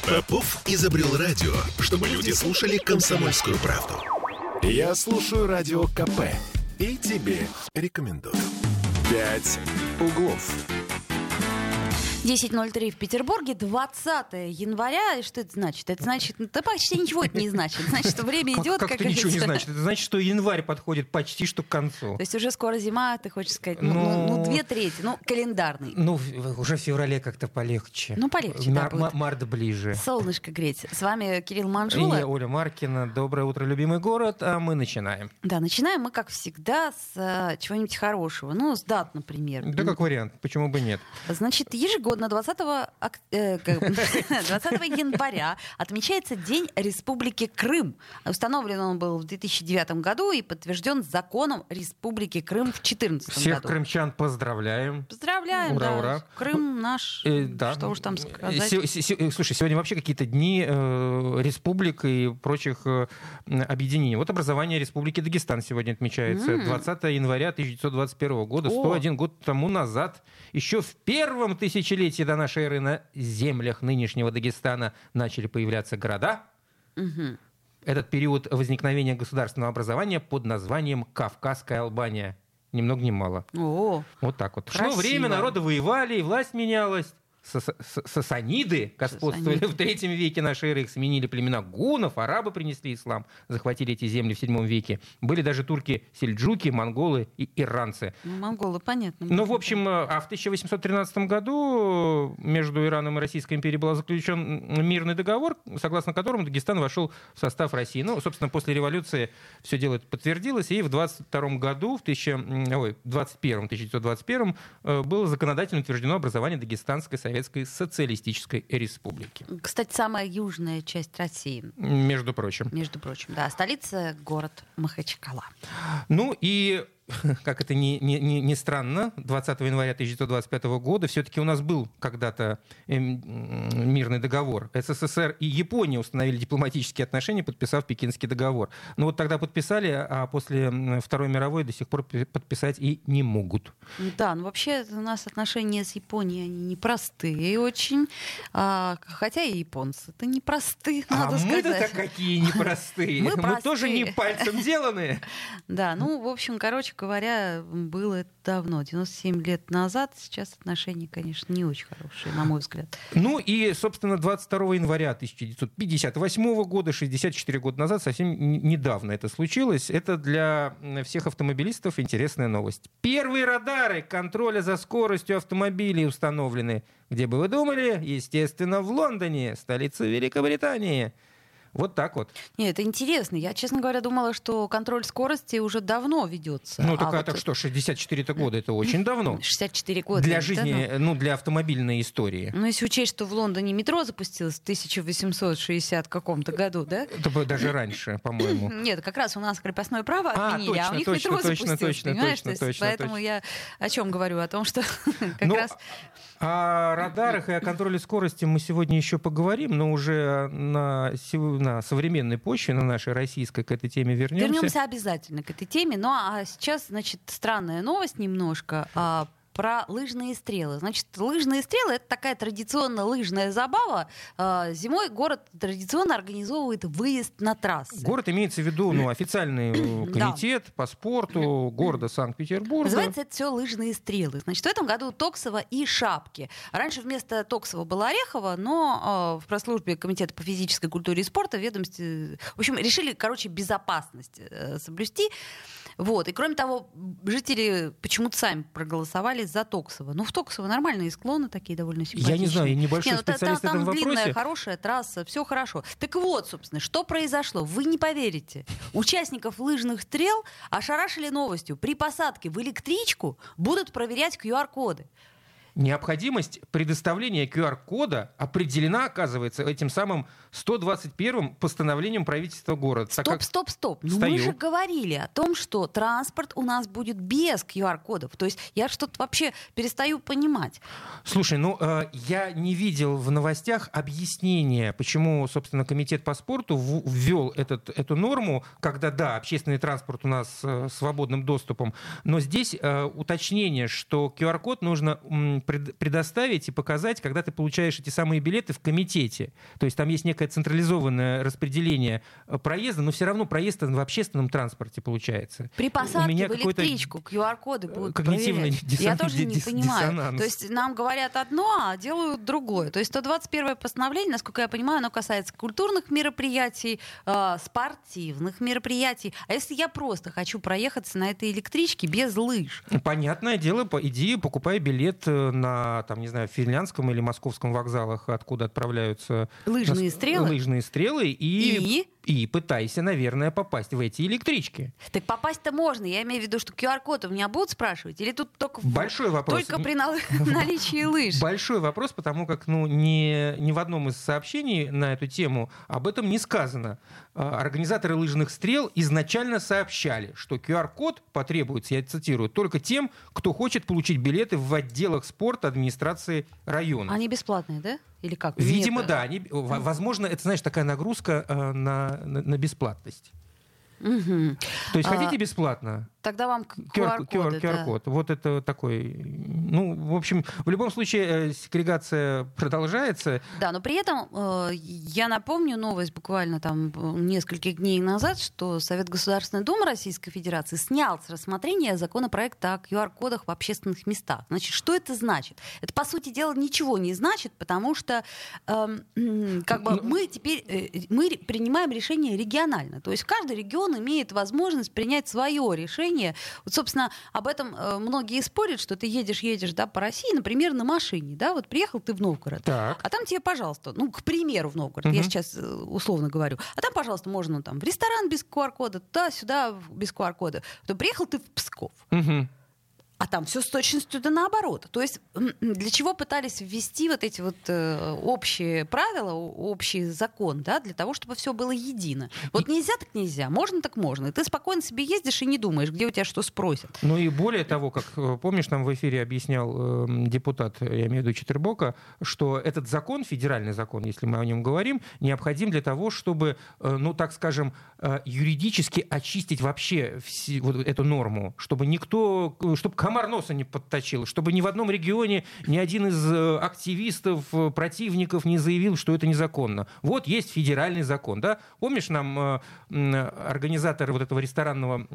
Попов изобрел радио, чтобы люди слушали комсомольскую правду. Я слушаю Радио КП и тебе рекомендую. «Пять углов». 10:03 в Петербурге, 20 января. И что это значит? Это значит, да почти ничего это не значит. Значит, что время идет, как это ничего не значит? Это значит, что январь подходит почти что к концу. То есть уже скоро зима, ты хочешь сказать, ну 2/3, календарный. Ну, уже в феврале как-то полегче. Ну, полегче, да, будет. Март ближе. Солнышко греть. С вами Кирилл Манжула. И я, Оля Маркина. Доброе утро, любимый город. А мы начинаем. Да, начинаем мы, как всегда, с чего-нибудь хорошего. Ну, с дат, например. Да, как вариант. Почему бы нет? Значит, ежегодно 20 января отмечается День Республики Крым. Установлен он был в 2009 году и подтвержден законом Республики Крым в 2014 году. Всех крымчан поздравляем. Поздравляем, ура, да. ура. Крым наш. Да. Что уж там сказать. Слушай, сегодня вообще какие-то дни республик и прочих объединений. Вот образование Республики Дагестан сегодня отмечается. 20 января 1921 года, 101 год тому назад. Еще в первом тысячелетии до нашей эры на землях нынешнего Дагестана начали появляться города. Этот период возникновения государственного образования под названием Кавказская Албания. Ни много ни мало. О, вот так вот. красиво. Шло время, народы воевали, и власть менялась. Сасаниды господствовали в 3 веке нашей эры. Их сменили племена гуннов, арабы принесли ислам, захватили эти земли в 7 веке. Были даже турки-сельджуки, монголы и иранцы. Ну, монголы, понятно. Ну, в общем, в 1813 году между Ираном и Российской империей был заключен мирный договор, согласно которому Дагестан вошел в состав России. Ну, собственно, после революции все дело это подтвердилось, и в 22 году, в 1921 было законодательно утверждено образование Дагестанской Советской Социалистической Республики. Кстати, самая южная часть России. Между прочим. Между прочим, да. Столица — город Махачкала. Ну и, как это ни странно, 20 января 1925 года все-таки у нас был когда-то мирный договор. СССР и Япония установили дипломатические отношения, подписав Пекинский договор. Но вот тогда подписали, а после Второй мировой до сих пор подписать и не могут. Да, ну вообще у нас отношения с Японией, они непростые очень. Хотя и японцы-то непростые, надо сказать. А мы-то какие непростые. Мы тоже не пальцем деланные. Да, ну, в общем, короче говоря, было это давно, 97 лет назад. Сейчас отношения, конечно, не очень хорошие, на мой взгляд. Ну и, собственно, 22 января 1958 года, 64 года назад, совсем недавно это случилось. Это для всех автомобилистов интересная новость. Первые радары контроля за скоростью автомобилей установлены. Где бы вы думали? Естественно, в Лондоне, столице Великобритании. Вот так вот. Нет, это интересно. Я, честно говоря, думала, что контроль скорости уже давно ведется. Ну, так что, 64 года — это очень давно. 64 года. Для жизни, для автомобильной истории. Ну, если учесть, что в Лондоне метро запустилось в 1860 каком-то году, да? Это было даже раньше, по-моему. Нет, как раз у нас крепостное право отменили, точно, а у них метро запустилось, понимаешь? Точно. Поэтому я о чем говорю? О том, что как раз... О радарах и о контроле скорости мы сегодня еще поговорим, но уже на современной почве, на нашей российской, к этой теме вернемся. Вернемся обязательно к этой теме. Ну а сейчас, значит, странная новость немножко про лыжные стрелы. Значит, лыжные стрелы — это такая традиционная лыжная забава. Зимой город традиционно организовывает выезд на трассы. Город имеется в виду официальный комитет по спорту города Санкт-Петербурга. Называется это все лыжные стрелы. Значит, в этом году Токсово и Шапки. Раньше вместо Токсово было Орехово, но в пресс-службе Комитета по физической культуре и спорту ведомстве, в общем, решили, безопасность соблюсти. Вот. И кроме того, жители почему-то сами проголосовали за Токсово. Ну, в Токсово нормальные склоны такие довольно симпатичные. Я не знаю, я небольшой специалист в этом вопросе. Там длинная, хорошая трасса, все хорошо. Так вот, собственно, что произошло? Вы не поверите. Участников лыжных стрел ошарашили новостью. При посадке в электричку будут проверять QR-коды. Необходимость предоставления QR-кода определена, оказывается, этим самым 121-м постановлением правительства города. Стоп. Ну, мы же говорили о том, что транспорт у нас будет без QR-кодов. То есть я что-то вообще перестаю понимать. Слушай, я не видел в новостях объяснения, почему, собственно, комитет по спорту ввел эту норму, когда, да, общественный транспорт у нас с свободным доступом, но здесь уточнение, что QR-код нужно предоставить и показать, когда ты получаешь эти самые билеты в комитете. То есть там есть некое централизованное распределение проезда, но все равно проезд в общественном транспорте получается. При посадке в электричку QR-коды будут проверять. Я тоже не понимаю. То есть нам говорят одно, а делают другое. То есть 121-е постановление, насколько я понимаю, оно касается культурных мероприятий, спортивных мероприятий. А если я просто хочу проехаться на этой электричке без лыж? Понятное дело, иди, покупай билет на, там, не знаю, финляндском или московском вокзалах, откуда отправляются лыжные стрелы, и пытайся, наверное, попасть в эти электрички. Так попасть-то можно. Я имею в виду, что QR-код у меня будут спрашивать? Или тут только, большой вопрос. Только при наличии лыж? Большой вопрос, потому как ни в одном из сообщений на эту тему об этом не сказано. Организаторы лыжных стрел изначально сообщали, что QR-код потребуется, я цитирую, только тем, кто хочет получить билеты в отделах спорта администрации района. Они бесплатные, да? Или как? Видимо, да. Возможно, это, знаешь, такая нагрузка на бесплатность. Угу. То есть хотите бесплатно? Тогда вам QR-код. Да. Вот это такой... Ну, в общем, в любом случае сегрегация продолжается. Да, но при этом я напомню новость буквально там нескольких дней назад, что Совет Государственной Думы Российской Федерации снял с рассмотрения законопроекта о QR-кодах в общественных местах. Значит, что это значит? Это, по сути дела, ничего не значит, потому что мы теперь принимаем решение регионально. То есть каждый регион имеет возможность принять свое решение. Вот, собственно, об этом многие спорят, что ты едешь, да, по России, например, на машине, да, вот приехал ты в Новгород, так. А там тебе, пожалуйста, ну, к примеру, в Новгород, я сейчас условно говорю, а там, пожалуйста, можно там в ресторан без QR-кода, туда-сюда без QR-кода. То приехал ты в Псков. А там все с точностью да наоборот. То есть для чего пытались ввести вот эти вот общие правила, общий закон, да, для того, чтобы все было едино. Вот нельзя так нельзя, можно так можно. И ты спокойно себе ездишь и не думаешь, где у тебя что спросят. Ну и более того, как помнишь, нам в эфире объяснял депутат, я имею в виду Четербока, что этот закон, федеральный закон, если мы о нем говорим, необходим для того, чтобы, ну так скажем, юридически очистить вообще вот эту норму, чтобы чтобы комар носа не подточил, чтобы ни в одном регионе ни один из активистов, противников не заявил, что это незаконно. Вот есть федеральный закон, да? Помнишь, нам организатор вот этого ресторанного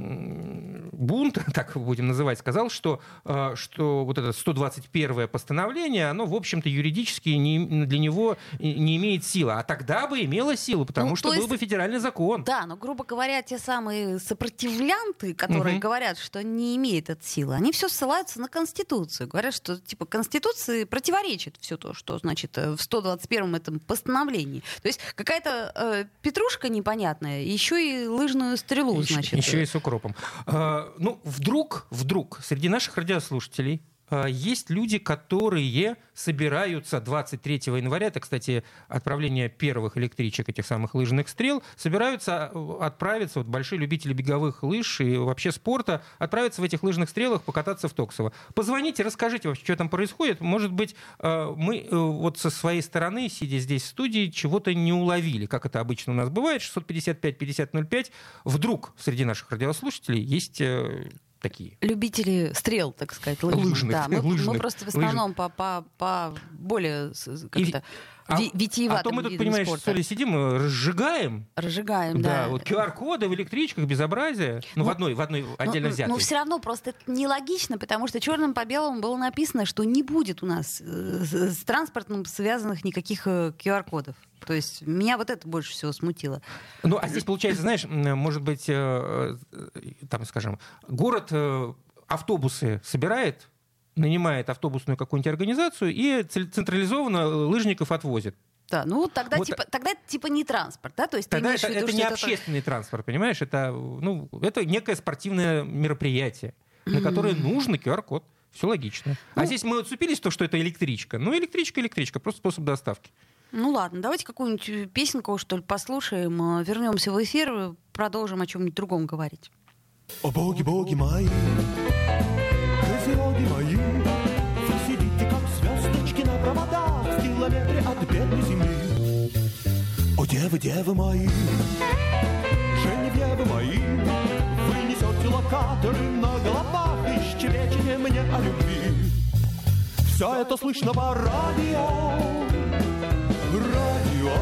бунта, так будем называть, сказал, что вот это 121-е постановление, оно, в общем-то, юридически для него не имеет силы. А тогда бы имело силу, потому что был бы федеральный закон. Да, но, грубо говоря, те самые сопротивлянты, которые говорят, что не имеет этой силы, они все ссылаются на Конституцию. Говорят, что типа Конституции противоречит все то, что значит в 121-м этом постановлении. То есть какая-то петрушка непонятная, еще и лыжную стрелу, значит. Еще и с укропом. Ну, вдруг среди наших радиослушателей есть люди, которые собираются 23 января, это, кстати, отправление первых электричек, этих самых лыжных стрел, собираются отправиться, вот большие любители беговых лыж и вообще спорта, отправиться в этих лыжных стрелах покататься в Токсово. Позвоните, расскажите вообще, что там происходит. Может быть, мы вот со своей стороны, сидя здесь в студии, чего-то не уловили, как это обычно у нас бывает. 655-5005. Вдруг среди наших радиослушателей есть... такие. Любители стрел, так сказать, лыжных. Да, мы просто в основном по более как-то витиеватым. А то мы тут, понимаешь, что ли, сидим, разжигаем. Да. Вот QR-коды в электричках, безобразие. Ну, в одной отдельно взятой. Но все равно просто это нелогично, потому что черным по белому было написано, что не будет у нас с транспортом связанных никаких QR-кодов. То есть меня вот это больше всего смутило. Ну, а здесь, получается, знаешь, может быть, там, скажем, город автобусы собирает, нанимает автобусную какую-нибудь организацию и централизованно лыжников отвозит. Да, ну тогда вот, тогда это типа не транспорт, да? То есть тогда это не общественный транспорт, понимаешь? Это некое спортивное мероприятие, на которое нужен QR-код. Все логично. А здесь мы отцепились то, что это электричка. Ну, электричка, просто способ доставки. Ну ладно, давайте какую-нибудь песенку, что ли, послушаем, вернемся в эфир, продолжим о чем-нибудь другом говорить. О боги, боги мои, козероги мои, вы сидите, как звездочки на проводах в километре от бедной земли. О девы, девы мои, женевьевы мои, вы несете локаторы на головах и щебечете мне о любви. Все это слышно по радио. Радио,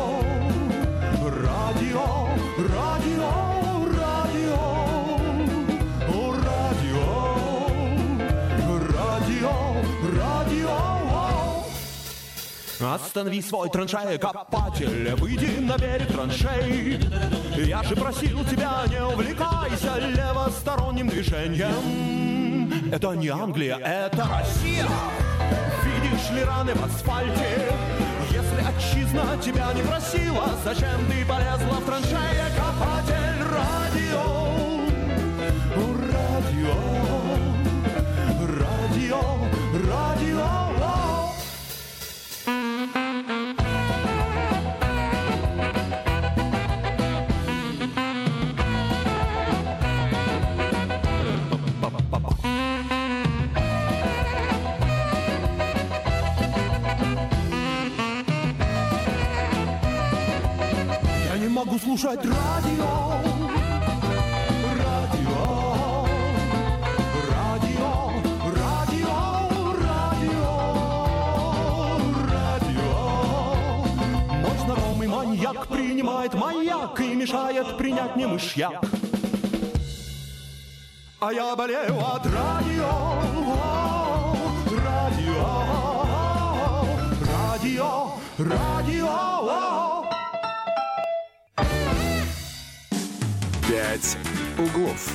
радио, радио, радио, радио, радио, радио. Останови свой траншеекопатель, выйди на берег траншей. Я же просил тебя, не увлекайся левосторонним движением. Это не Англия, это Россия. Видишь ли раны в асфальте? Если отчизна тебя не просила, зачем ты полезла в траншеекопатель? Радио, радио, радио, радио. Могу слушать радио, радио, радио, радио, радио, радио. Мой знакомый маньяк принимает маяк и мешает принять мне мышьяк. А я болею от радио, радио, радио, радио. «Пять углов».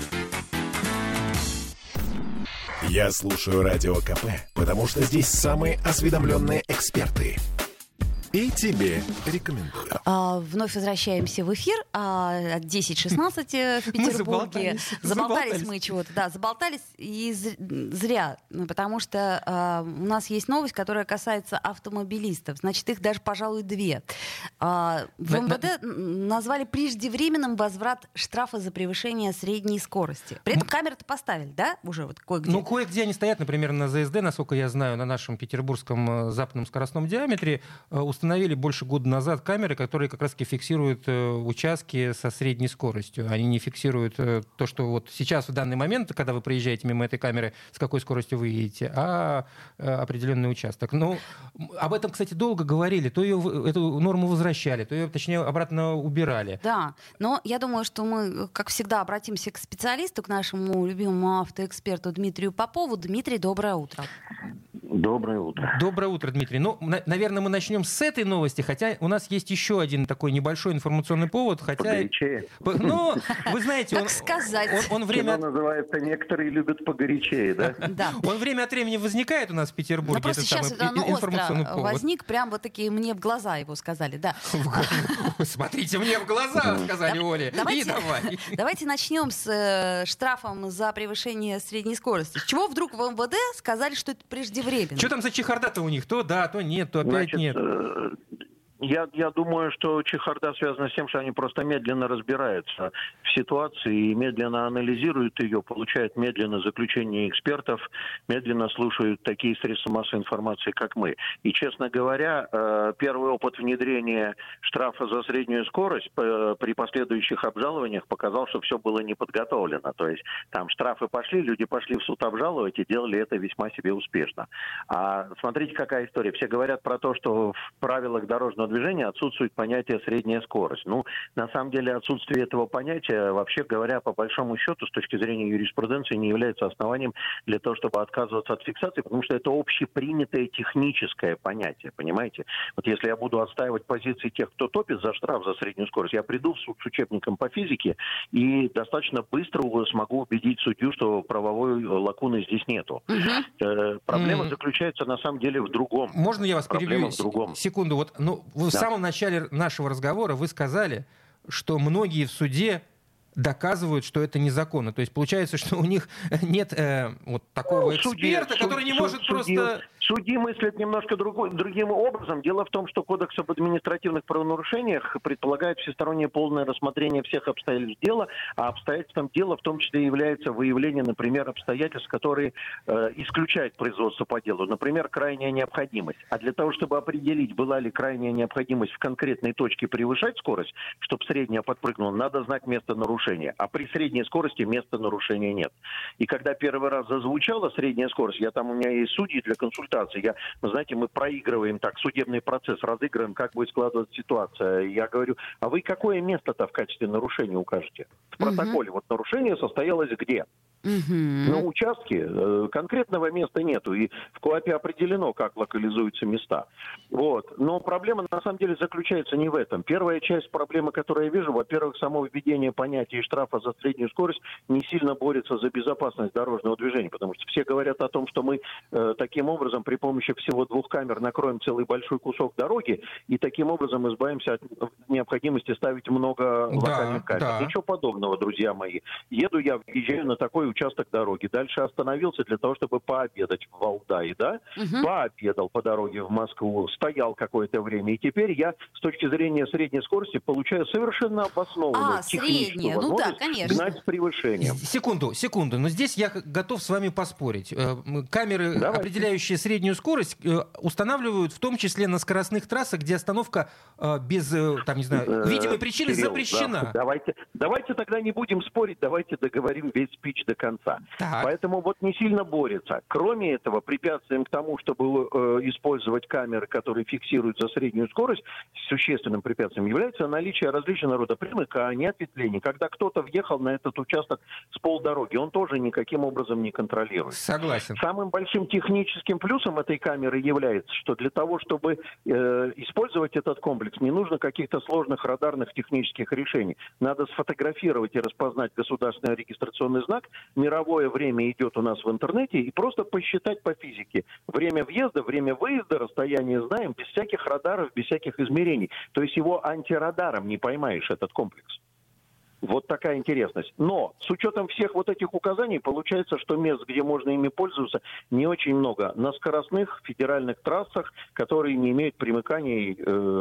Я слушаю Радио КП, потому что здесь самые осведомленные эксперты. И тебе рекомендую. Вновь возвращаемся в эфир. 10:16 в Петербурге. Заболтались мы чего-то. Да, заболтались и зря. Потому что у нас есть новость, которая касается автомобилистов. Значит, их даже, пожалуй, две. В МВД назвали преждевременным возврат штрафа за превышение средней скорости. При этом камеры-то поставили, да? Уже вот кое-где. Ну, кое-где они стоят, например, на ЗСД, насколько я знаю, на нашем петербургском западном скоростном диаметре. Установили больше года назад камеры, которые как раз-таки фиксируют участки со средней скоростью. Они не фиксируют то, что вот сейчас, в данный момент, когда вы проезжаете мимо этой камеры, с какой скоростью вы едете, а определенный участок. Ну, об этом, кстати, долго говорили. То эту норму возвращали, то ее, точнее, обратно убирали. Да, но я думаю, что мы, как всегда, обратимся к специалисту, к нашему любимому автоэксперту Дмитрию Попову. Дмитрий, доброе утро. Доброе утро. Доброе утро, Дмитрий. Ну, наверное, мы начнем с этой новости, хотя у нас есть еще один такой небольшой информационный повод. Хотя... Погорячее. Ну, вы знаете, как сказать? Он время... Кино называется «Некоторые любят погорячее», да? Да. Он время от времени возникает у нас в Петербурге. Но просто сейчас информационный остро повод. возник, прям вот такие мне в глаза его сказали, да. Смотрите мне в глаза, сказали Оле. И давай. Давайте начнем с штрафом за превышение средней скорости. С чего вдруг в МВД сказали, что это преждевременно? Что там за чехарда-то у них? То да, то нет, то опять нет. Я думаю, что чехарда связана с тем, что они просто медленно разбираются в ситуации и медленно анализируют ее, получают медленно заключения экспертов, медленно слушают такие средства массовой информации, как мы. И, честно говоря, первый опыт внедрения штрафа за среднюю скорость при последующих обжалованиях показал, что все было не подготовлено. То есть там штрафы пошли, люди пошли в суд обжаловать и делали это весьма себе успешно. А смотрите, какая история. Все говорят про то, что в правилах дорожного движения отсутствует понятие «средняя скорость». Ну, на самом деле, отсутствие этого понятия, вообще говоря, по большому счету, с точки зрения юриспруденции, не является основанием для того, чтобы отказываться от фиксации, потому что это общепринятое техническое понятие, понимаете? Вот если я буду отстаивать позиции тех, кто топит за штраф за среднюю скорость, я приду в суд с учебником по физике и достаточно быстро смогу убедить судью, что правовой лакуны здесь нету. Проблема заключается, на самом деле, в другом. Можно я вас перебью? Другом. Секунду. Вот, в самом начале нашего разговора вы сказали, что многие в суде доказывают, что это незаконно. То есть получается, что у них нет вот такого эксперта, который не может просто... Судьи мыслят немножко другим образом. Дело в том, что Кодекс об административных правонарушениях предполагает всестороннее полное рассмотрение всех обстоятельств дела, а обстоятельством дела в том числе является выявление, например, обстоятельств, которые исключают производство по делу. Например, крайняя необходимость. А для того, чтобы определить, была ли крайняя необходимость в конкретной точке превышать скорость, чтобы средняя подпрыгнула, надо знать место нарушения. А при средней скорости места нарушения нет. И когда первый раз зазвучала средняя скорость, у меня есть судьи для консультации, разбираться. Знаете, мы проигрываем так, судебный процесс разыгрываем, как будет складываться ситуация. Я говорю, а вы какое место-то в качестве нарушения укажете? В протоколе. Вот нарушение состоялось где? На участке конкретного места нету, и в КоАПе определено, как локализуются места. Вот. Но проблема на самом деле заключается не в этом. Первая часть проблемы, которую я вижу, во-первых, само введение понятия штрафа за среднюю скорость не сильно борется за безопасность дорожного движения, потому что все говорят о том, что мы таким образом при помощи всего 2 камер накроем целый большой кусок дороги и таким образом избавимся от необходимости ставить много локальных камер. Да. Ничего подобного, друзья мои. Еду я, въезжаю на такой участок дороги. Дальше остановился для того, чтобы пообедать в Валдае, да? Пообедал по дороге в Москву, стоял какое-то время. И теперь я с точки зрения средней скорости получаю совершенно обоснованную техническую возможность гнать с превышением. Секунду. Но здесь я готов с вами поспорить. Камеры, определяющие среднюю скорость, устанавливают в том числе на скоростных трассах, где остановка без, видимой причины запрещена. Да. Давайте тогда не будем спорить, давайте договорим весь спич до конца. Так. Поэтому вот не сильно борется. Кроме этого, препятствием к тому, чтобы использовать камеры, которые фиксируют за среднюю скорость, существенным препятствием является наличие различного рода примыканий, ответвлений. Когда кто-то въехал на этот участок с полдороги, он тоже никаким образом не контролирует. Согласен. Самым большим техническим плюсом этой камеры является, что для того, чтобы использовать этот комплекс, не нужно каких-то сложных радарных технических решений. Надо сфотографировать и распознать государственный регистрационный знак. Мировое время идет у нас в интернете, и просто посчитать по физике. Время въезда, время выезда, расстояние знаем, без всяких радаров, без всяких измерений. То есть его антирадаром не поймаешь, этот комплекс. Вот такая интересность. Но с учетом всех вот этих указаний, получается, что мест, где можно ими пользоваться, не очень много. На скоростных федеральных трассах, которые не имеют примыканий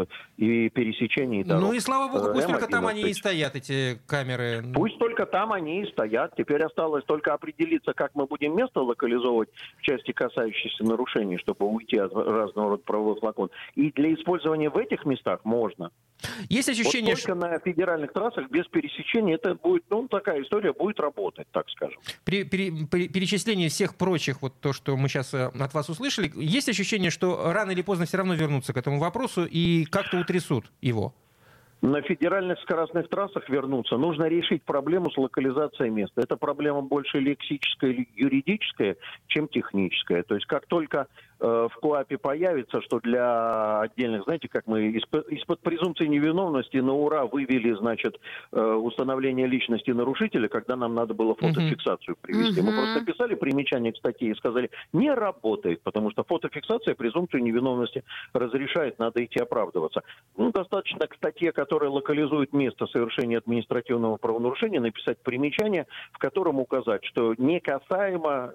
и пересечений дорог. Ну и слава богу, пусть только там они и стоят, эти камеры. Пусть только там они и стоят. Теперь осталось только определиться, как мы будем место локализовывать в части, касающейся нарушений, чтобы уйти от разного рода правовых лакун. И для использования в этих местах можно. Есть ощущение, вот только на федеральных трассах без пересечения это будет, такая история будет работать, так скажем. При перечислении всех прочих, вот то, что мы сейчас от вас услышали, есть ощущение, что рано или поздно все равно вернутся к этому вопросу и как-то утрясут его? На федеральных скоростных трассах вернуться нужно решить проблему с локализацией места. Это проблема больше лексическая или юридическая, чем техническая. То есть как только в КоАПе появится, что для отдельных, знаете, как мы из-под презумпции невиновности на ура вывели, установление личности нарушителя, когда нам надо было фотофиксацию привести. Мы просто писали примечание к статье и сказали, не работает, потому что фотофиксация презумпцию невиновности разрешает, надо идти оправдываться. Достаточно к статье, которая локализует место совершения административного правонарушения, написать примечание, в котором указать, что не касаемо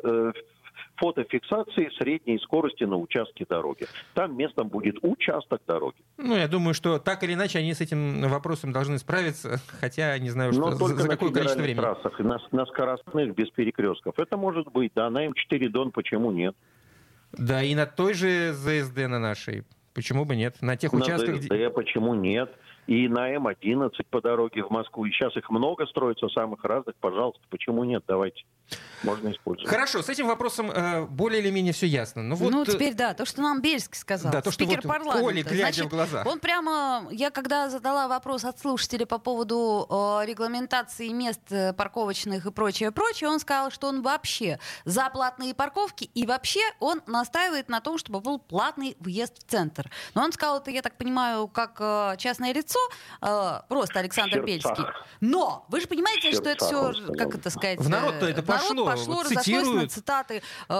фотофиксации средней скорости на участке дороги. Там местом будет участок дороги. Я думаю, что так или иначе они с этим вопросом должны справиться, хотя не знаю, что за какое количество времени. Но только на федеральных трассах, на скоростных, без перекрестков. Это может быть, да, на М4 Дон, почему нет? Да, и на той же ЗСД на нашей. Почему бы нет? На тех участках... ЗСД почему нет? И на М11 по дороге в Москву. И сейчас их много строится, самых разных. Пожалуйста, почему нет? Давайте. Можно использовать. Хорошо, с этим вопросом более или менее все ясно. Теперь да, то, что нам Бельский сказал, да, спикер парламента. Оле, глядя в глаза. Он прямо, я когда задала вопрос от слушателей по поводу регламентации мест парковочных и прочее, он сказал, что он вообще за платные парковки и вообще он настаивает на том, чтобы был платный въезд в центр. Но он сказал это, я так понимаю, как частное лицо, просто Александр Бельский. Но вы же понимаете, что это все, как это сказать... В народ-то это пошло, разошлось на цитаты.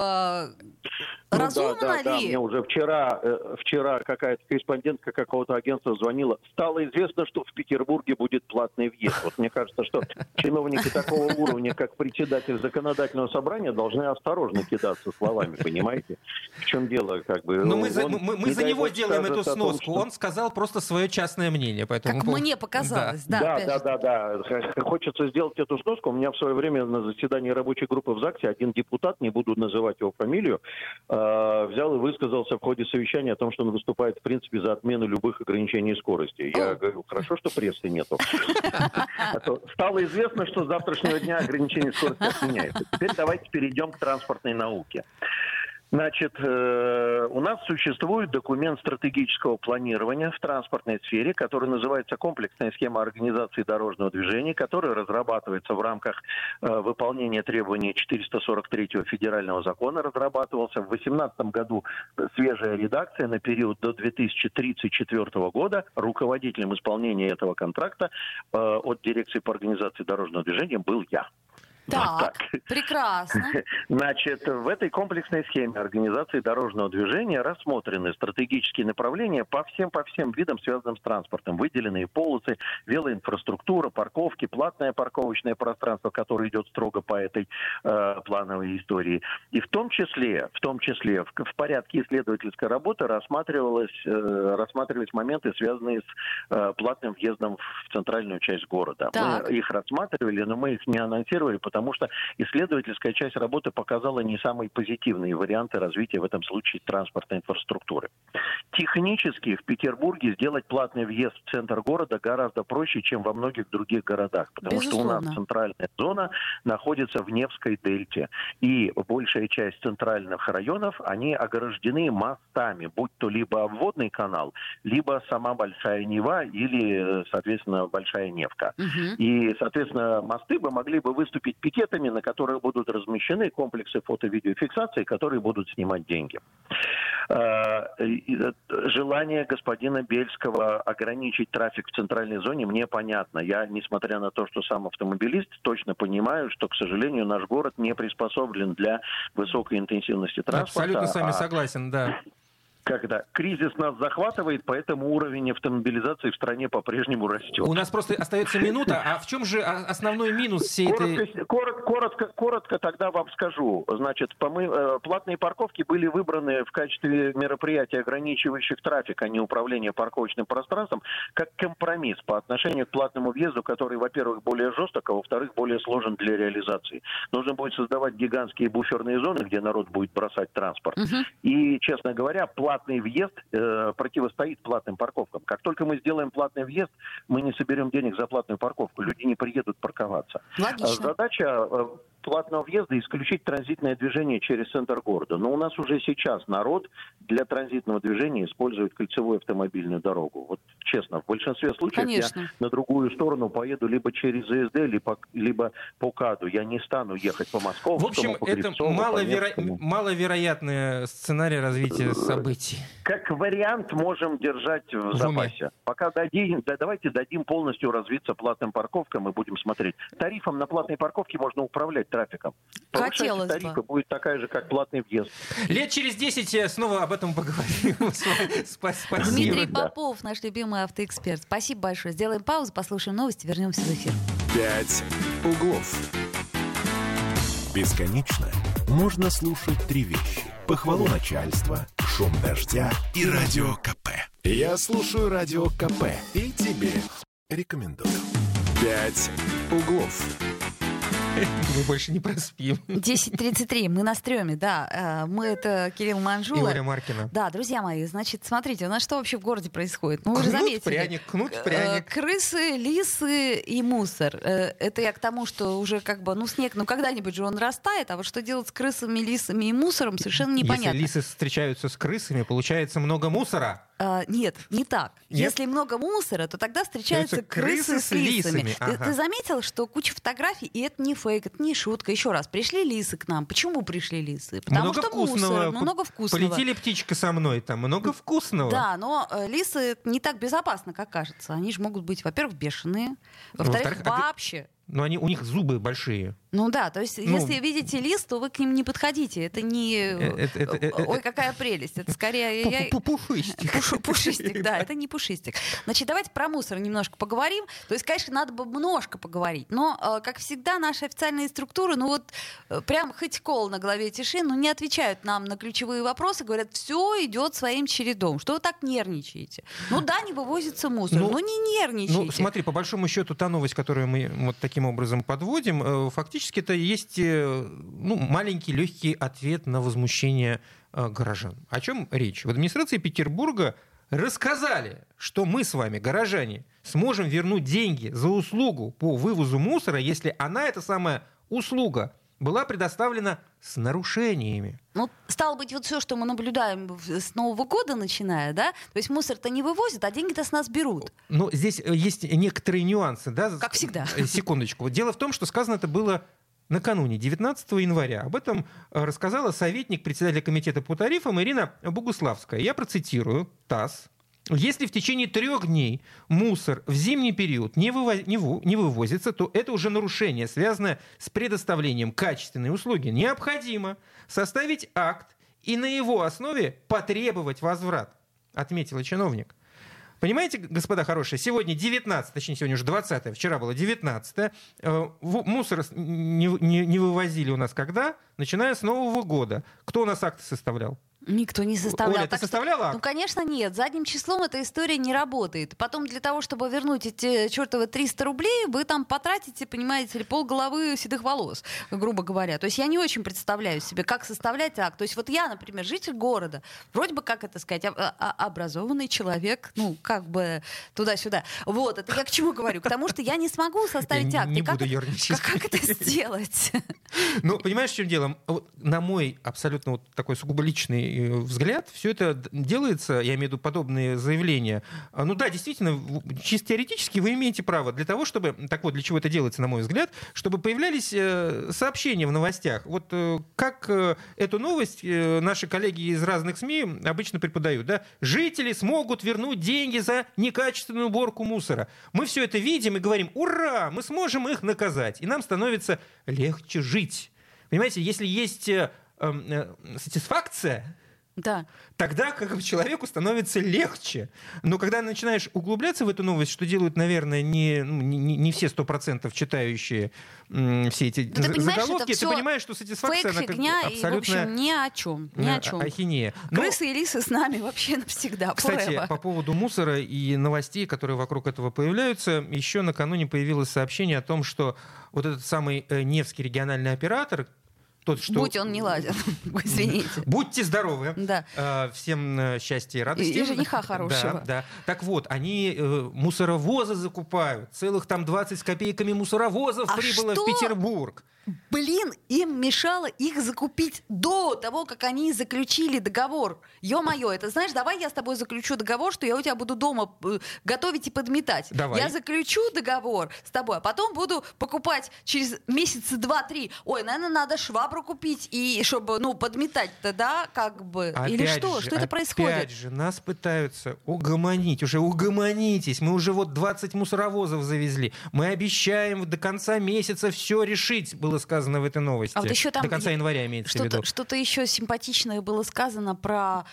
Разумно ли? Мне уже вчера какая-то корреспондентка какого-то агентства звонила. Стало известно, что в Петербурге будет платный въезд. Вот мне кажется, что чиновники такого уровня, как председатель законодательного собрания, должны осторожно кидаться словами, понимаете? В чем дело, как бы? Но мы за него делаем эту сноску. Он сказал просто свое частное мнение. Поэтому как мне показалось. Да. Хочется сделать эту сноску. У меня в свое время на заседании рабочей группы в ЗАГСе один депутат, не буду называть его фамилию, взял и высказался в ходе совещания о том, что он выступает, в принципе, за отмену любых ограничений скорости. Я говорю, хорошо, что прессы нету. Стало известно, что с завтрашнего дня ограничение скорости отменяется. Теперь давайте перейдем к транспортной науке. Значит, у нас существует документ стратегического планирования в транспортной сфере, который называется «Комплексная схема организации дорожного движения», который разрабатывается в рамках выполнения требований 443-го федерального закона. Разрабатывался в 2018 году свежая редакция на период до 2034 года. Руководителем исполнения этого контракта от дирекции по организации дорожного движения был я. Так, прекрасно. Значит, в этой комплексной схеме организации дорожного движения рассмотрены стратегические направления по всем видам, связанным с транспортом. Выделенные полосы, велоинфраструктура, парковки, платное парковочное пространство, которое идет строго по этой плановой истории. И в том числе в порядке исследовательской работы рассматривались моменты, связанные с платным въездом в центральную часть города. Так. Мы их рассматривали, но мы их не анонсировали, потому что исследовательская часть работы показала не самые позитивные варианты развития в этом случае транспортной инфраструктуры. Технически в Петербурге сделать платный въезд в центр города гораздо проще, чем во многих других городах, потому Безусловно. что у нас центральная зона находится в Невской дельте, и большая часть центральных районов, они ограждены мостами, будь то либо обводный канал, либо сама Большая Нева или, соответственно, Большая Невка. Угу. И, соответственно, мосты могли бы выступить пикетами, на которых будут размещены комплексы фото-видеофиксации, которые будут снимать деньги. Желание господина Бельского ограничить трафик в центральной зоне мне понятно. Я, несмотря на то, что сам автомобилист, точно понимаю, что, к сожалению, наш город не приспособлен для высокой интенсивности транспорта. Абсолютно с вами согласен, да. Когда кризис нас захватывает, поэтому уровень автомобилизации в стране по-прежнему растет. У нас просто остается минута. А в чем же основной минус всей этой... Коротко тогда вам скажу. Значит, платные парковки были выбраны в качестве мероприятий, ограничивающих трафик, а не управление парковочным пространством, как компромисс по отношению к платному въезду, который, во-первых, более жесток, а во-вторых, более сложен для реализации. Нужно будет создавать гигантские буферные зоны, где народ будет бросать транспорт. И, честно говоря, платный въезд противостоит платным парковкам. Как только мы сделаем платный въезд, мы не соберем денег за платную парковку. Люди не приедут парковаться. Логично. Задача платного въезда исключить транзитное движение через центр города. Но у нас уже сейчас народ для транзитного движения использует кольцевую автомобильную дорогу. Вот честно, в большинстве случаев Конечно. я на другую сторону поеду либо через ЗСД, либо по КАДу. Я не стану ехать по Московскому, В общем, по это Кривцову, по Невскому. маловероятный сценарий развития событий. Как вариант можем держать в запасе. Пока давайте дадим полностью развиться платным парковкам и будем смотреть. Тарифом на платные парковки можно управлять трафиком. Хотелось бы. Тарифы будет такая же, как платный въезд. Лет через 10 снова об этом поговорим. Спасибо. Дмитрий Попов, наш любимый автоэксперт. Спасибо большое. Сделаем паузу, послушаем новости, вернемся в эфир. «Пять углов». Бесконечно можно слушать три вещи: похвалу начальства, шум дождя и радио КП. Я слушаю радио КП и тебе рекомендую. «Пять углов». Мы больше не проспим. 10:33, мы на стреме, да. Мы это Кирилл Манжула. И Оля Маркина. Да, друзья мои, значит, смотрите, у нас что вообще в городе происходит? Ну, вы же заметили. Кнут, пряник. Крысы, лисы и мусор. Это я к тому, что уже как бы, снег, когда-нибудь же он растает, а вот что делать с крысами, лисами и мусором, совершенно непонятно. Если лисы встречаются с крысами, получается много мусора. Нет, не так. Нет? Если много мусора, то тогда встречаются крысы с лисами. Ага. Ты заметил, что куча фотографий, и это не фейк, это не шутка. Еще раз, пришли лисы к нам. Почему пришли лисы? Потому много что вкусного. мусор, много вкусного. Полетели птичка со мной, там много вкусного. Да, но лисы не так безопасно, как кажется. Они же могут быть, во-первых, бешеные, во-вторых, вообще... Но у них зубы большие. Ну да, то есть если видите лис, то вы к ним не подходите. Это не... Ой, какая прелесть. Это скорее... Пушистик. Пушистик, да, это не пушистик. Значит, давайте про мусор немножко поговорим. То есть, конечно, надо бы немножко поговорить. Но, как всегда, наши официальные структуры, прям хоть кол на голове тиши, не отвечают нам на ключевые вопросы. Говорят, все идет своим чередом. Что вы так нервничаете? Да, не вывозится мусор. Не нервничайте. Смотри, по большому счету, та новость, которую мы вот таким образом подводим, фактически это есть маленький легкий ответ на возмущение горожан. О чем речь? В администрации Петербурга рассказали, что мы с вами, горожане, сможем вернуть деньги за услугу по вывозу мусора, если эта самая услуга была предоставлена с нарушениями. Ну, стало быть, вот все, что мы наблюдаем с Нового года, начиная, да, то есть мусор-то не вывозят, а деньги-то с нас берут. Но здесь есть некоторые нюансы, да? Как всегда. Секундочку. Дело в том, что сказано это было накануне, 19 января. Об этом рассказала советник председателя комитета по тарифам Ирина Богуславская. Я процитирую ТАСС. Если в течение 3 дней мусор в зимний период не вывозится, то это уже нарушение, связанное с предоставлением качественной услуги. Необходимо составить акт и на его основе потребовать возврат, отметила чиновник. Понимаете, господа хорошие, сегодня 19, точнее, сегодня уже 20, вчера было 19, мусор не вывозили у нас когда? Начиная с Нового года. Кто у нас акты составлял? Никто не составлял. Оля, ты составляла акт? Ну, конечно, нет. Задним числом эта история не работает. Потом для того, чтобы вернуть эти чертовы 300 рублей, вы там потратите, понимаете ли, полголовы седых волос, грубо говоря. То есть я не очень представляю себе, как составлять акт. То есть вот я, например, житель города, вроде бы, как это сказать, образованный человек, ну, как бы туда-сюда. Вот, это я к чему говорю? К тому, что я не смогу составить акт. Не буду ерничать. Как это сделать? Ну, понимаешь, в чем дело? На мой абсолютно вот такой сугубо личный взгляд, все это делается, я имею в виду подобные заявления. Ну да, действительно, чисто теоретически вы имеете право для того, чтобы, так вот, для чего это делается, на мой взгляд, чтобы появлялись сообщения в новостях. Вот как эту новость наши коллеги из разных СМИ обычно преподают, да? Жители смогут вернуть деньги за некачественную уборку мусора. Мы все это видим и говорим: ура, мы сможем их наказать. И нам становится легче жить. Понимаете, если есть сатисфакция, да. Тогда как бы человеку становится легче. Но когда начинаешь углубляться в эту новость, что делают, наверное, не все 100% читающие все эти заголовки, ты понимаешь, что сатисфакция фейк, фигня, абсолютно... И, в общем, ни о чем. Ахинея. Крысы и лисы с нами вообще навсегда. Кстати, forever. по поводу мусора и новостей, которые вокруг этого появляются, еще накануне появилось сообщение о том, что вот этот самый Невский региональный оператор, тот, что... Будь он не ладен, извините. Будьте здоровы. Да. Всем счастья и радости. И жениха хорошего. Да. Так вот, они мусоровозы закупают. Целых там 20 с копейками мусоровозов прибыло в Петербург. Блин, им мешало их закупить до того, как они заключили договор. Ё-моё, это знаешь, давай я с тобой заключу договор, что я у тебя буду дома готовить и подметать. Давай. Я заключу договор с тобой, а потом буду покупать через месяца 2-3. Ой, наверное, надо швабру купить, и чтобы, подметать-то, да, как бы. Или что? Что это происходит? Опять же, нас пытаются угомонить. Уже угомонитесь. Мы уже 20 мусоровозов завезли. Мы обещаем до конца месяца все решить, было сказано в этой новости. А вот еще там до конца января имеется в виду. Что-то еще симпатичное было сказано про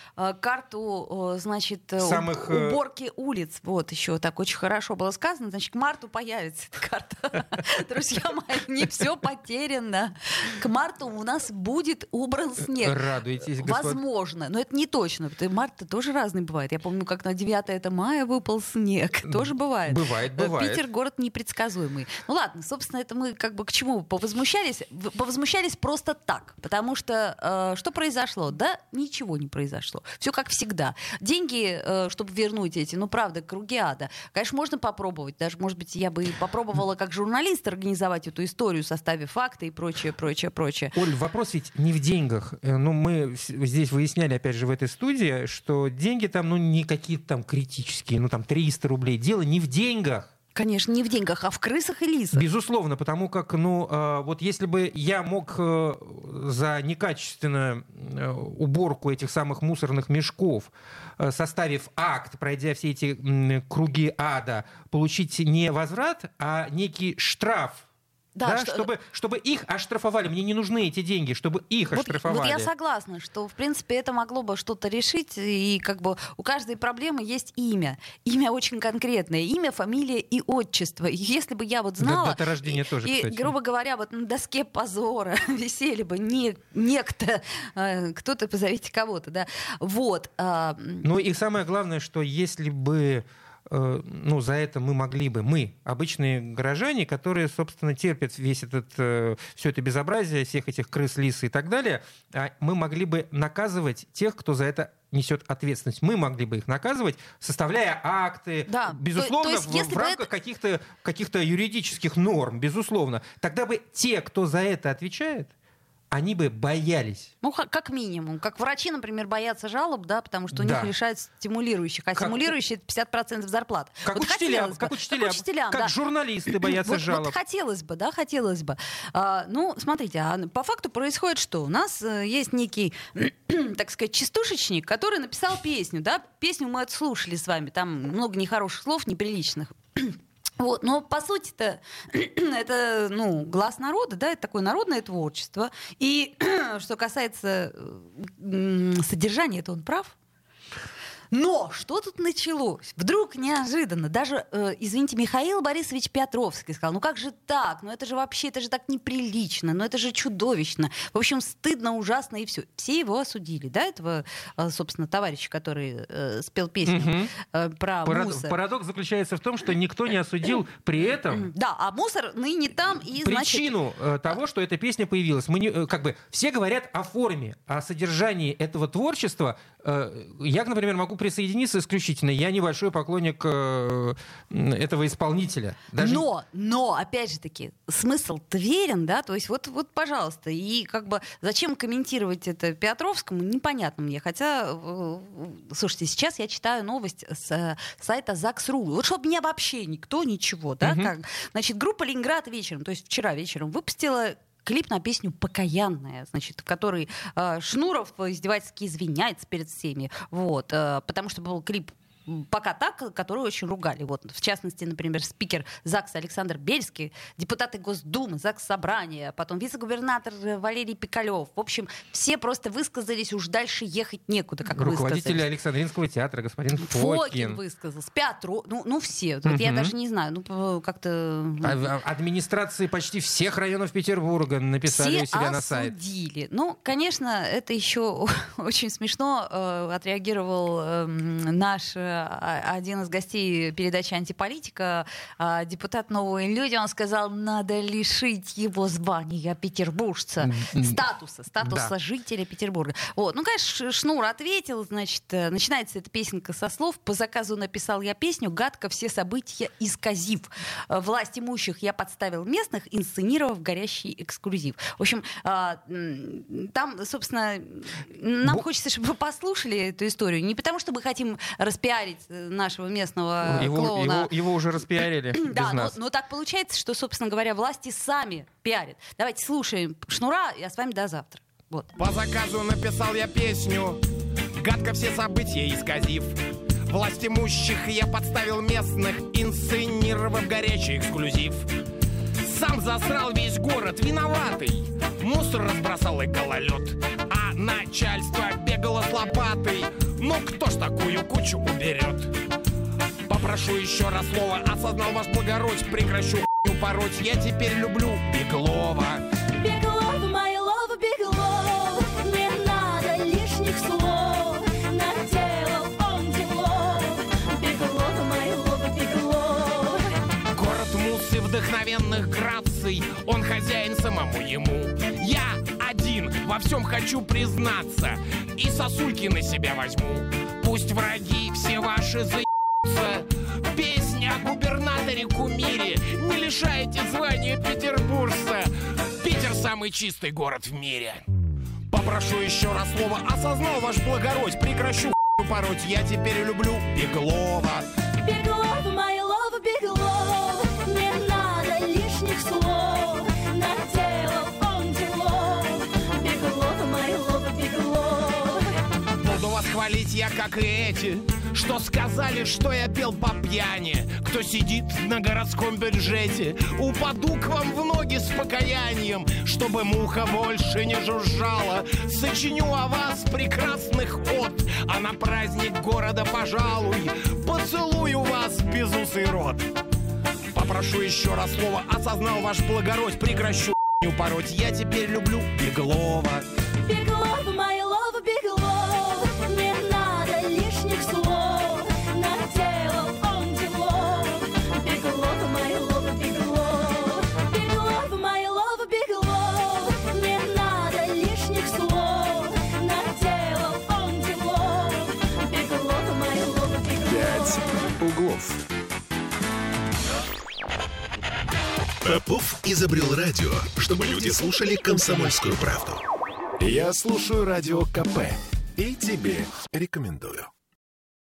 карту, значит, уборки улиц. Вот еще так очень хорошо было сказано. Значит, к марту появится эта карта. Друзья мои, не все потеряно. К марту у нас будет убран снег. Радуйтесь, господа. Возможно, но это не точно. Март-то тоже разный бывает. Я помню, как на 9 мая выпал снег. Тоже бывает. Бывает. Питер город непредсказуемый. Ну ладно, собственно, это мы как бы к чему повозмущались? Повозмущались просто так. Потому что что произошло? Да ничего не произошло. Все как всегда. Деньги, чтобы вернуть эти, правда, круги ада. Конечно, можно попробовать. Даже, может быть, я бы попробовала как журналист организовать эту историю, составив факты и прочее. Оль, вопрос ведь не в деньгах. Мы здесь выясняли, опять же, в этой студии, что деньги там, не какие-то там критические, 300 рублей. Дело не в деньгах. Конечно, не в деньгах, а в крысах и лисах. Безусловно, потому как, вот если бы я мог за некачественную уборку этих самых мусорных мешков, составив акт, пройдя все эти круги ада, получить не возврат, а некий штраф, да, чтобы их оштрафовали. Мне не нужны эти деньги, чтобы их оштрафовали. Вот я согласна, что, в принципе, это могло бы что-то решить. И как бы у каждой проблемы есть имя. Имя очень конкретное. Имя, фамилия и отчество. И если бы я знала... Дата рождения тоже, кстати. И, грубо говоря, на доске позора висели бы некто, кто-то, позовите кого-то, да. Вот. Ну и самое главное, что если бы за это мы, обычные горожане, которые, собственно, терпят все это безобразие, всех этих крыс, лис и так далее, мы могли бы наказывать тех, кто за это несет ответственность. Мы могли бы их наказывать, составляя акты, безусловно, в рамках каких-то юридических норм, безусловно. Тогда бы те, кто за это отвечает, они бы боялись. Как минимум. Как врачи, например, боятся жалоб, да, потому что у них лишают стимулирующих. А стимулирующие — это 50% зарплат. Как учителям, как журналисты боятся жалоб. Вот хотелось бы. Смотрите, по факту происходит что? У нас есть некий, так сказать, частушечник, который написал песню. Да? Песню мы отслушали с вами. Там много нехороших слов, неприличных. Но по сути-то это глас народа, да, это такое народное творчество. И что касается содержания, это он прав. Но что тут началось? Вдруг неожиданно, даже, извините, Михаил Борисович Петровский сказал, как же так? Это же вообще, это же так неприлично, это же чудовищно. В общем, стыдно, ужасно и все. Все его осудили, да, этого, собственно, товарища, который спел песню про мусор. Парадокс заключается в том, что никто не осудил при этом... Да, а мусор ныне там и, причину того, что эта песня появилась. Все говорят о форме, о содержании этого творчества. Я, например, могу присоединиться исключительно. Я небольшой поклонник этого исполнителя. Но, опять же таки, смысл-то верен, да, то есть вот, пожалуйста, и зачем комментировать это Петровскому, непонятно мне, хотя, слушайте, сейчас я читаю новость с сайта ЗАГС.ру, вот чтобы меня вообще никто ничего, да, значит, группа «Ленинград вечером», то есть вчера вечером, выпустила клип на песню «Покаянная», значит, в которой Шнуров издевательски извиняется перед всеми, потому что был клип «Пока так», которые очень ругали. В частности, например, спикер ЗАГСа Александр Бельский, депутаты Госдумы, ЗАГС-собрания, потом вице-губернатор Валерий Пикалев. В общем, все просто высказались, уж дальше ехать некуда, как руководители Александринского театра, господин Фокин высказался, Петров, все. Я даже не знаю, как-то... Администрации почти всех районов Петербурга написали у себя на сайт. Все осудили. Конечно, это еще очень смешно отреагировал наш один из гостей передачи «Антиполитика», депутат «Новые люди», он сказал, надо лишить его звания петербуржца, статуса жителя Петербурга. Конечно, Шнур ответил, значит, начинается эта песенка со слов: «По заказу написал я песню, гадко все события исказив. Власть имущих я подставил местных, инсценировав горящий эксклюзив». В общем, там, собственно, нам хочется, чтобы вы послушали эту историю. Не потому, что мы хотим распиарить нашего местного клоуна. Его уже распиарили без нас. Но так получается, что, собственно говоря, власти сами пиарят. Давайте слушаем Шнура, я с вами до завтра. По заказу написал я песню, гадко все события исказив. Власть имущих я подставил местных, инсценировав горячий эксклюзив. Сам засрал весь город, виноватый. Мусор разбросал и гололед, а начальство бегало с лопатой. Кто ж такую кучу уберет? Попрошу еще раз слово, осознал ваш благородь, прекращу хуйню пороть. Я теперь люблю Беглова. Беглов, my love, Беглов, не надо лишних слов, наделал он делов. Беглов, my love, Беглов. Город мусс и вдохновенных граций, он хозяин самому ему. Я один во всем хочу признаться и сосульки на себя возьму. Пусть враги все ваши заебутся. Песня о губернаторе-кумире, не лишайте звания петербуржца. Питер самый чистый город в мире. Попрошу еще раз слово, осознал ваш благородь, прекращу хуйню пороть. Я теперь люблю Беглова. Беглов, my love, Беглов, не надо лишних слов, наделал он делов. Беглов, my love, Беглов. Буду вас хвалить я, как и эти, что сказали, что я пел по пьяни. Кто сидит на городском бюджете, упаду к вам в ноги с покаянием, чтобы муха больше не жужжала. Сочиню о вас прекрасных от, а на праздник города, пожалуй, поцелую вас в безусый рот. Попрошу еще раз слово, осознал ваш благородь, прекращу хуйню пороть. Я теперь люблю Беглова. Беглов, my love, Беглов, не надо лишних слов, наделал он углов». Попов изобрел радио, чтобы люди слушали «Комсомольскую правду». Я слушаю Радио КП и тебе рекомендую.